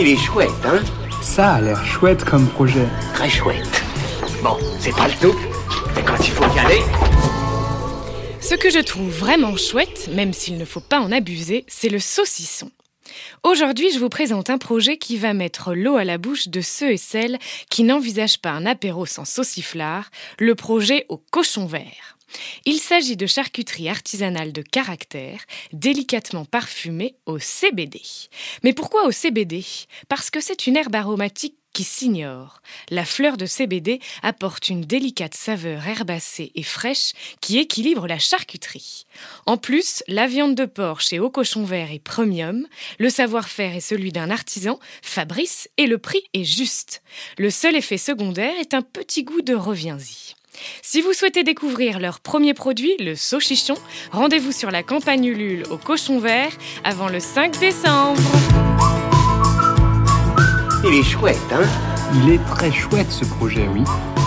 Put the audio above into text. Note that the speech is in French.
Il est chouette, hein? Ça a l'air chouette comme projet. Très chouette. Bon, c'est pas le tout, mais quand il faut y aller... Ce que je trouve vraiment chouette, même s'il ne faut pas en abuser, c'est le saucisson. Aujourd'hui, je vous présente un projet qui va mettre l'eau à la bouche de ceux et celles qui n'envisagent pas un apéro sans sauciflard, le projet au cochon vert. Il s'agit de charcuterie artisanale de caractère, délicatement parfumée au CBD. Mais pourquoi au CBD ? Parce que c'est une herbe aromatique qui s'ignore. La fleur de CBD apporte une délicate saveur herbacée et fraîche qui équilibre la charcuterie. En plus, la viande de porc chez Au Cochon Vert est premium, le savoir-faire est celui d'un artisan, Fabrice, et le prix est juste. Le seul effet secondaire est un petit goût de reviens-y. Si vous souhaitez découvrir leur premier produit, le sauchichon, rendez-vous sur la campagne Ulule au Cochon Vert avant le 5 décembre. Il est chouette, hein? Il est très chouette ce projet, oui.